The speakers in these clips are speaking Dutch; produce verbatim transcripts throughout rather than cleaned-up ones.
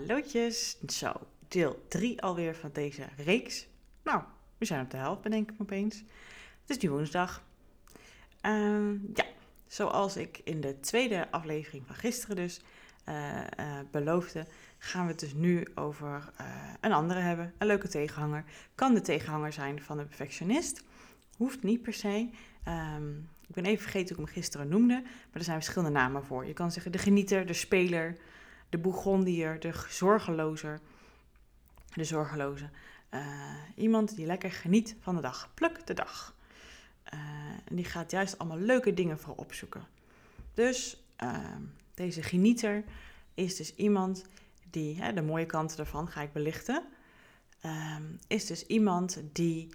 Hallootjes, zo, deel drie alweer van deze reeks. Nou, we zijn op de helft, bedenk ik me opeens. Het is nu woensdag. Uh, ja, zoals ik in de tweede aflevering van gisteren dus uh, uh, beloofde, gaan we het dus nu over uh, een andere hebben, een leuke tegenhanger. Kan de tegenhanger zijn van de perfectionist, hoeft niet per se. Um, ik ben even vergeten hoe ik hem gisteren noemde, maar er zijn verschillende namen voor. Je kan zeggen de genieter, de speler, de bourgondier, de zorgelozer, de zorgeloze. Uh, iemand die lekker geniet van de dag. Pluk de dag. Uh, en die gaat juist allemaal leuke dingen voor opzoeken. Dus uh, deze genieter is dus iemand die, hè, de mooie kanten daarvan ga ik belichten, uh, is dus iemand die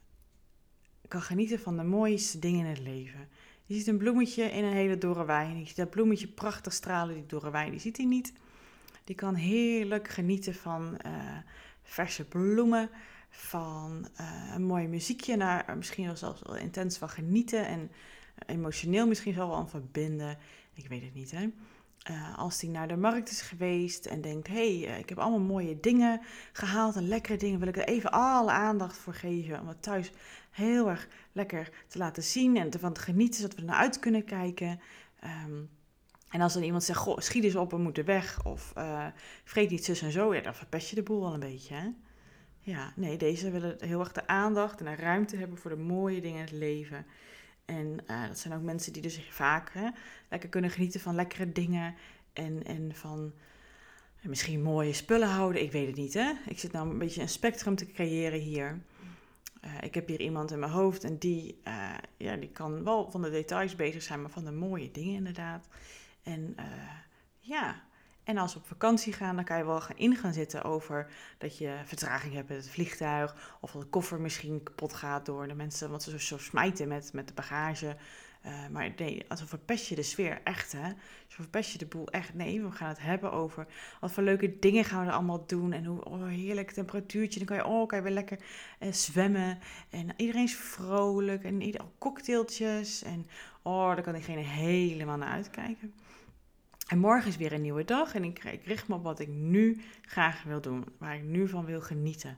kan genieten van de mooiste dingen in het leven. Je ziet een bloemetje in een hele dorre wei. Je ziet dat bloemetje prachtig stralen, die dorre wei, die ziet hij niet. Die kan heerlijk genieten van uh, verse bloemen, van uh, een mooi muziekje, naar misschien wel zelfs wel intens van genieten en uh, emotioneel misschien wel aan verbinden. Ik weet het niet, hè. Uh, als hij naar de markt is geweest en denkt, hé, hey, uh, ik heb allemaal mooie dingen gehaald en lekkere dingen, wil ik er even alle aandacht voor geven om het thuis heel erg lekker te laten zien en ervan te genieten, zodat we er naar uit kunnen kijken. Um, En als dan iemand zegt, goh, schiet eens op, we moeten weg. Of uh, vreet niet zus en zo. Ja, dan verpest je de boel wel een beetje, hè. Ja, nee, deze willen heel erg de aandacht en de ruimte hebben voor de mooie dingen in het leven. En uh, dat zijn ook mensen die dus vaak hè, lekker kunnen genieten van lekkere dingen. En, en van uh, misschien mooie spullen houden. Ik weet het niet, hè. Ik zit nou een beetje een spectrum te creëren hier. Uh, ik heb hier iemand in mijn hoofd en die, uh, ja, die kan wel van de details bezig zijn, maar van de mooie dingen inderdaad. En uh, ja, en als we op vakantie gaan, dan kan je wel gaan in gaan zitten over dat je vertraging hebt met het vliegtuig. Of dat de koffer misschien kapot gaat door de mensen, want ze zo smijten met, met de bagage. Uh, maar nee, als verpest je de sfeer echt, hè. Zo verpest je de boel echt. Nee, we gaan het hebben over wat voor leuke dingen gaan we er allemaal doen. En hoe oh, heerlijk temperatuurtje. Dan kan je, oh, kan je weer lekker uh, zwemmen. En iedereen is vrolijk. En ieder, oh, cocktailtjes. En oh, daar kan diegene helemaal naar uitkijken. En morgen is weer een nieuwe dag en ik, ik richt me op wat ik nu graag wil doen, waar ik nu van wil genieten.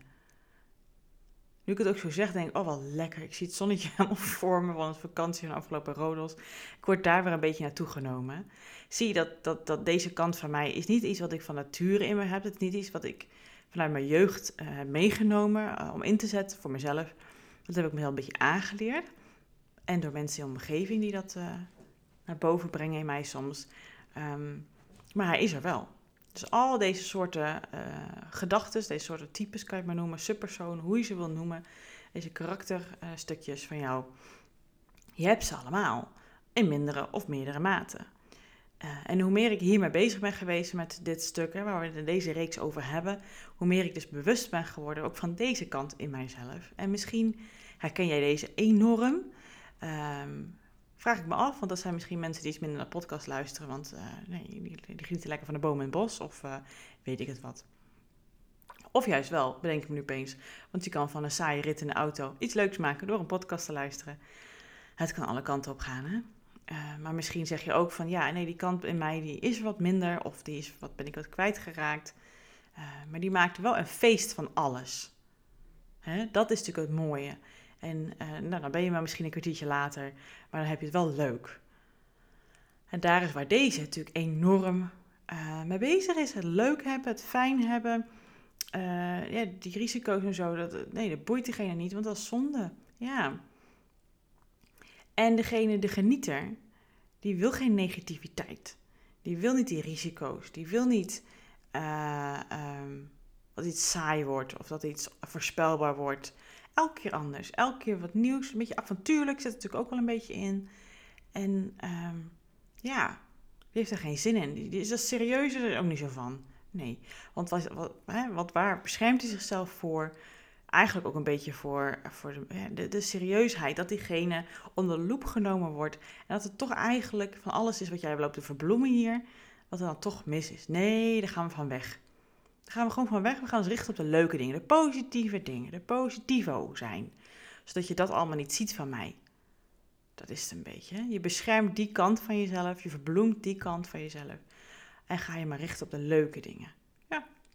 Nu ik het ook zo zeg, denk ik, oh wel lekker, ik zie het zonnetje helemaal voor me van het vakantie van de afgelopen Rodos. Ik word daar weer een beetje naartoe genomen. Zie je dat, dat, dat deze kant van mij is niet iets wat ik van nature in me heb, het is niet iets wat ik vanuit mijn jeugd uh, heb meegenomen uh, om in te zetten voor mezelf. Dat heb ik mezelf een beetje aangeleerd. En door mensen in de omgeving die dat uh, naar boven brengen in mij soms. Um, maar hij is er wel. Dus al deze soorten uh, gedachten, deze soorten types kan je maar noemen, subpersonen, hoe je ze wil noemen, deze karakterstukjes uh, van jou, je hebt ze allemaal in mindere of meerdere mate. Uh, en hoe meer ik hiermee bezig ben geweest met dit stuk, hè, waar we het in deze reeks over hebben, hoe meer ik dus bewust ben geworden, ook van deze kant in mijzelf. En misschien herken jij deze enorm. Um, Vraag ik me af, want dat zijn misschien mensen die iets minder naar de podcast luisteren, want uh, nee, die, die genieten lekker van de boom in het bos, of uh, weet ik het wat. Of juist wel, bedenk ik me nu opeens, want je kan van een saaie rit in de auto iets leuks maken door een podcast te luisteren. Het kan alle kanten op gaan, hè. Uh, maar misschien zeg je ook van, ja, nee, die kant in mij die is wat minder, of die is wat ben ik wat kwijtgeraakt. Uh, maar die maakt wel een feest van alles. Hè? Dat is natuurlijk het mooie. En uh, nou, dan ben je maar misschien een kwartiertje later, maar dan heb je het wel leuk. En daar is waar deze natuurlijk enorm uh, mee bezig is. Het leuk hebben, het fijn hebben. Uh, ja, die risico's en zo, dat, nee, dat boeit diegene niet, want dat is zonde. Ja. En degene, de genieter, die wil geen negativiteit. Die wil niet die risico's. Die wil niet uh, um, dat iets saai wordt of dat iets voorspelbaar wordt. Elke keer anders, elke keer wat nieuws, een beetje avontuurlijk zit er natuurlijk ook wel een beetje in. En um, ja, die heeft er geen zin in. Die is er serieus er ook niet zo van. Nee, want wat, wat, hè, wat waar beschermt hij zichzelf voor? Eigenlijk ook een beetje voor, voor de, de, de serieusheid, dat diegene onder de loep genomen wordt. En dat het toch eigenlijk van alles is wat jij loopt te verbloemen hier, wat er dan toch mis is. Nee, daar gaan we van weg. Daar gaan we gewoon van weg. We gaan ons richten op de leuke dingen, de positieve dingen, de positivo zijn. Zodat je dat allemaal niet ziet van mij. Dat is het een beetje. Hè? Je beschermt die kant van jezelf, je verbloemt die kant van jezelf. En ga je maar richten op de leuke dingen. Ja,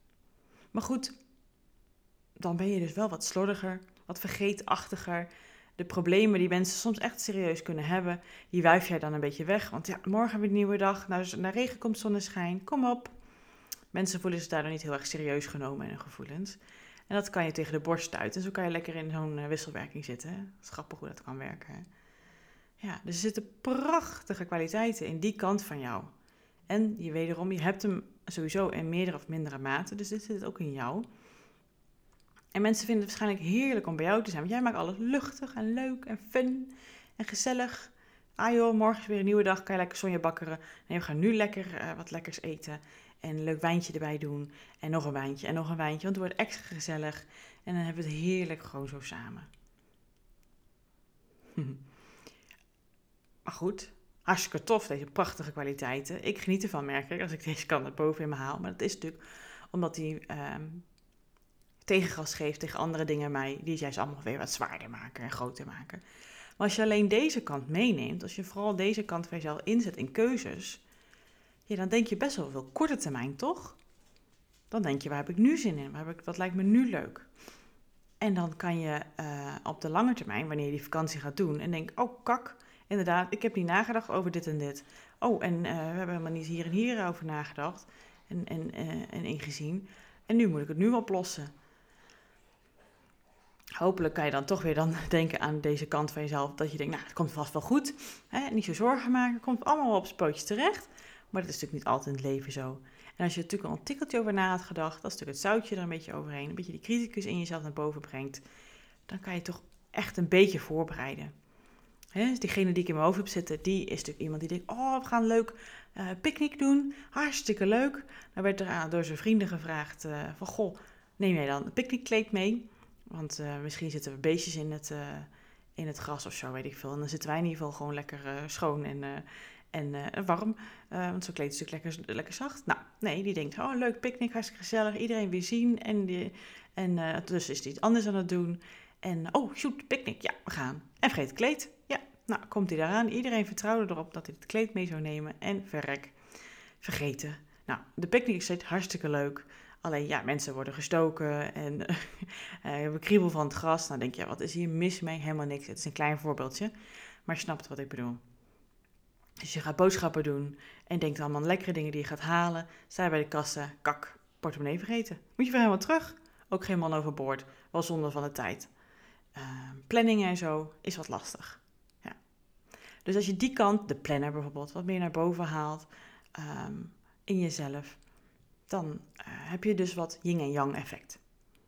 Maar goed, dan ben je dus wel wat slordiger, wat vergeetachtiger. De problemen die mensen soms echt serieus kunnen hebben, die wuif jij dan een beetje weg. Want ja, morgen hebben we een nieuwe dag, naar, naar regen komt zonneschijn, kom op. Mensen voelen zich daardoor niet heel erg serieus genomen in hun gevoelens. En dat kan je tegen de borst stuiten. En zo kan je lekker in zo'n uh, wisselwerking zitten. Hè? Het is grappig hoe dat kan werken. Hè? Ja, dus er zitten prachtige kwaliteiten in die kant van jou. En je wederom, je hebt hem sowieso in meerdere of mindere mate. Dus dit zit ook in jou. En mensen vinden het waarschijnlijk heerlijk om bij jou te zijn. Want jij maakt alles luchtig en leuk en fun en gezellig. Ah joh, morgen is weer een nieuwe dag, kan je lekker sonja bakkeren. Nee, we gaan nu lekker uh, wat lekkers eten. En een leuk wijntje erbij doen. En nog een wijntje en nog een wijntje. Want het wordt extra gezellig. En dan hebben we het heerlijk gewoon zo samen. Maar goed, hartstikke tof, deze prachtige kwaliteiten. Ik geniet ervan, merk ik, als ik deze kant naar boven in me haal. Maar dat is natuurlijk omdat hij uh, tegengas geeft tegen andere dingen mij, die juist allemaal weer wat zwaarder maken en groter maken. Maar als je alleen deze kant meeneemt, als je vooral deze kant van jezelf inzet in keuzes, ja, dan denk je best wel veel korte termijn, toch? Dan denk je, waar heb ik nu zin in? Waar heb ik, wat lijkt me nu leuk? En dan kan je uh, op de lange termijn, wanneer je die vakantie gaat doen, en denk, oh kak, inderdaad, ik heb niet nagedacht over dit en dit. Oh, en uh, we hebben helemaal niet hier en hier over nagedacht en, en, uh, en ingezien. En nu moet ik het nu oplossen. Hopelijk kan je dan toch weer dan denken aan deze kant van jezelf, dat je denkt, nou, het komt vast wel goed. Hè? Niet zo zorgen maken, het komt allemaal wel op zijn pootjes terecht. Maar dat is natuurlijk niet altijd in het leven zo. En als je er natuurlijk al een tikkeltje over na had gedacht, dat is natuurlijk het zoutje er een beetje overheen, een beetje die criticus in jezelf naar boven brengt, dan kan je toch echt een beetje voorbereiden. Hè? Dus diegene die ik in mijn hoofd heb zitten, die is natuurlijk iemand die denkt, oh, we gaan een leuk uh, picknick doen, hartstikke leuk. Dan werd er uh, door zijn vrienden gevraagd uh, van, goh, neem jij dan een picknickkleed mee? Want uh, misschien zitten er beestjes in het, uh, in het gras of zo, weet ik veel. En dan zitten wij in ieder geval gewoon lekker uh, schoon en, uh, en uh, warm. Uh, want zo'n kleed is natuurlijk lekker, lekker zacht. Nou, nee, die denkt, oh, leuk picknick, hartstikke gezellig. Iedereen weer zien. En, die, en uh, dus is hij iets anders aan het doen. En, oh, shoot, picknick, ja, we gaan. En vergeet het kleed. Ja, nou, komt hij daaraan. Iedereen vertrouwde erop dat hij het kleed mee zou nemen. En verrek, vergeten. Nou, de picknick is steeds hartstikke leuk. Alleen, ja, mensen worden gestoken en uh, hebben kriebel van het gras. Dan denk je, ja, wat is hier mis mee? Helemaal niks. Het is een klein voorbeeldje, maar je snapt wat ik bedoel. Dus je gaat boodschappen doen en denkt allemaal aan lekkere dingen die je gaat halen. Sta je bij de kassa, kak, portemonnee vergeten. Moet je weer helemaal terug. Ook geen man overboord. Wel zonde van de tijd. Uh, planningen en zo is wat lastig. Ja. Dus als je die kant, de planner bijvoorbeeld, wat meer naar boven haalt um, in jezelf, dan uh, heb je dus wat yin en yang effect.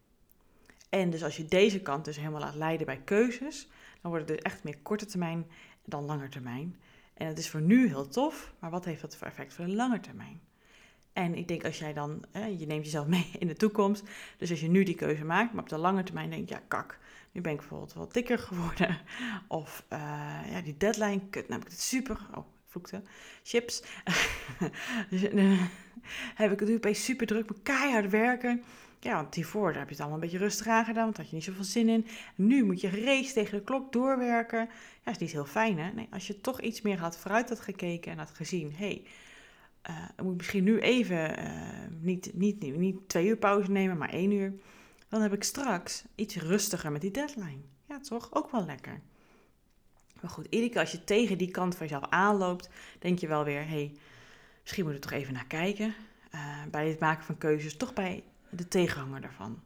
En dus als je deze kant dus helemaal laat leiden bij keuzes, dan wordt het dus echt meer korte termijn dan lange termijn. En het is voor nu heel tof, maar wat heeft dat voor effect voor de lange termijn? En ik denk als jij dan, eh, je neemt jezelf mee in de toekomst, dus als je nu die keuze maakt, maar op de lange termijn denk je, ja kak, nu ben ik bijvoorbeeld wat dikker geworden. Of uh, ja, die deadline, kut, nou heb ik het super, oh, vloekte, chips. Dus uh, heb ik het nu opeens super druk, maar keihard werken. Ja, want hiervoor daar heb je het allemaal een beetje rustig aangedaan, want daar had je niet zoveel zin in. Nu moet je race tegen de klok doorwerken. Ja, dat is niet heel fijn, hè? Nee, als je toch iets meer had vooruit had gekeken en had gezien, hé, hey, uh, ik moet misschien nu even uh, niet, niet, niet, niet twee uur pauze nemen, maar één uur. Dan heb ik straks iets rustiger met die deadline. Ja, toch? Ook wel lekker. Maar goed, iedere keer als je tegen die kant van jezelf aanloopt, denk je wel weer, hé, hey, misschien moet ik er toch even naar kijken. Uh, bij het maken van keuzes, toch bij de tegenhanger daarvan.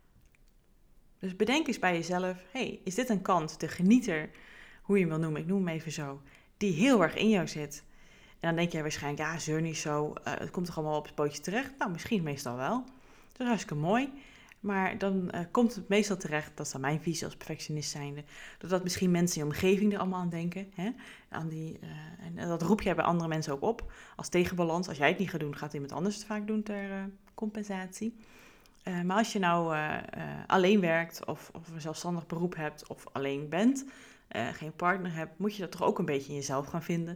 Dus bedenk eens bij jezelf, hey, is dit een kant, de genieter, hoe je hem wil noemen, ik noem hem even zo, die heel erg in jou zit. En dan denk jij waarschijnlijk, ja, zeur niet zo, uh, het komt toch allemaal op het pootje terecht? Nou, misschien meestal wel. Dat is hartstikke mooi. Maar dan uh, komt het meestal terecht, dat is dan mijn visie als perfectionist zijnde, doordat misschien mensen in je omgeving er allemaal aan denken. Hè? Aan die, uh, en dat roep jij bij andere mensen ook op, als tegenbalans. Als jij het niet gaat doen, gaat iemand anders het vaak doen ter uh, compensatie. Uh, maar als je nou uh, uh, alleen werkt, of, of een zelfstandig beroep hebt, of alleen bent, uh, geen partner hebt, moet je dat toch ook een beetje in jezelf gaan vinden.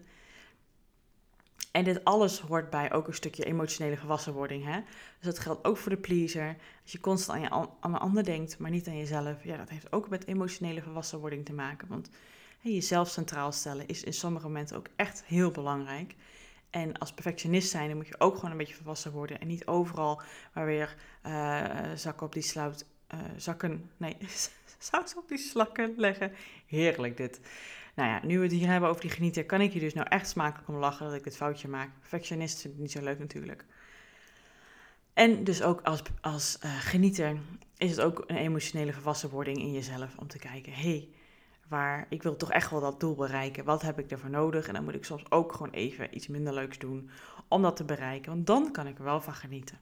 En dit alles hoort bij ook een stukje emotionele volwassenwording. Hè? Dus dat geldt ook voor de pleaser. Als je constant aan, je, aan een ander denkt, maar niet aan jezelf. Ja, dat heeft ook met emotionele volwassenwording te maken. Want hey, jezelf centraal stellen is in sommige momenten ook echt heel belangrijk. En als perfectionist zijn, dan moet je ook gewoon een beetje volwassen worden. En niet overal maar weer uh, zakken op die sluit, uh, zakken, nee, saus op die slakken leggen. Heerlijk dit. Nou ja, nu we het hier hebben over die genieten, kan ik hier dus nou echt smakelijk om lachen dat ik dit foutje maak. Perfectionist vind ik niet zo leuk natuurlijk. En dus ook als, als uh, genieter is het ook een emotionele volwassenwording in jezelf om te kijken, hé, hey, waar ik wil toch echt wel dat doel bereiken. Wat heb ik ervoor nodig? En dan moet ik soms ook gewoon even iets minder leuks doen om dat te bereiken. Want dan kan ik er wel van genieten.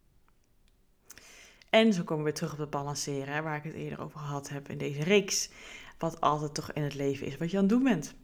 En zo komen we weer terug op het balanceren, hè, waar ik het eerder over gehad heb in deze reeks. Wat altijd toch in het leven is wat je aan het doen bent.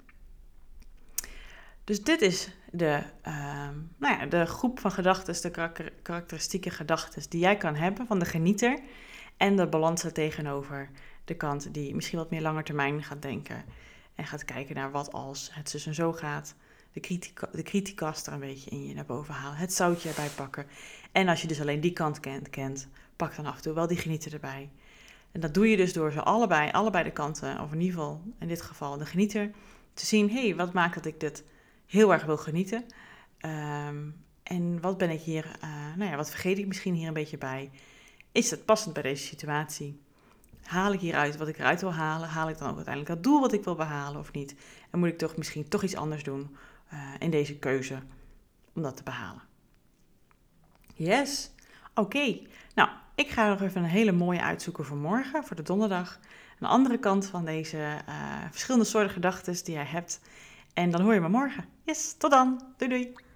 Dus dit is de, uh, nou ja, de groep van gedachten, de karakter, karakteristieke gedachten die jij kan hebben van de genieter. En de balans er tegenover de kant die misschien wat meer langer termijn gaat denken. En gaat kijken naar wat als het zus en zo gaat. De, critica, de criticast er een beetje in je naar boven halen. Het zoutje erbij pakken. En als je dus alleen die kant kent, kent pak dan af en toe wel die genieter erbij. En dat doe je dus door ze allebei, allebei de kanten, of in ieder geval in dit geval de genieter, te zien, hé, hey, wat maakt dat ik dit heel erg wil genieten? Um, en wat ben ik hier, uh, nou ja, wat vergeet ik misschien hier een beetje bij? Is het passend bij deze situatie? Haal ik hieruit wat ik eruit wil halen? Haal ik dan ook uiteindelijk dat doel wat ik wil behalen of niet? En moet ik toch misschien toch iets anders doen uh, in deze keuze om dat te behalen? Yes, oké. Okay. Nou, ik ga nog even een hele mooie uitzoeken voor morgen, voor de donderdag. Een andere kant van deze uh, verschillende soorten gedachten die jij hebt. En dan hoor je me morgen. Yes, tot dan. Doei doei.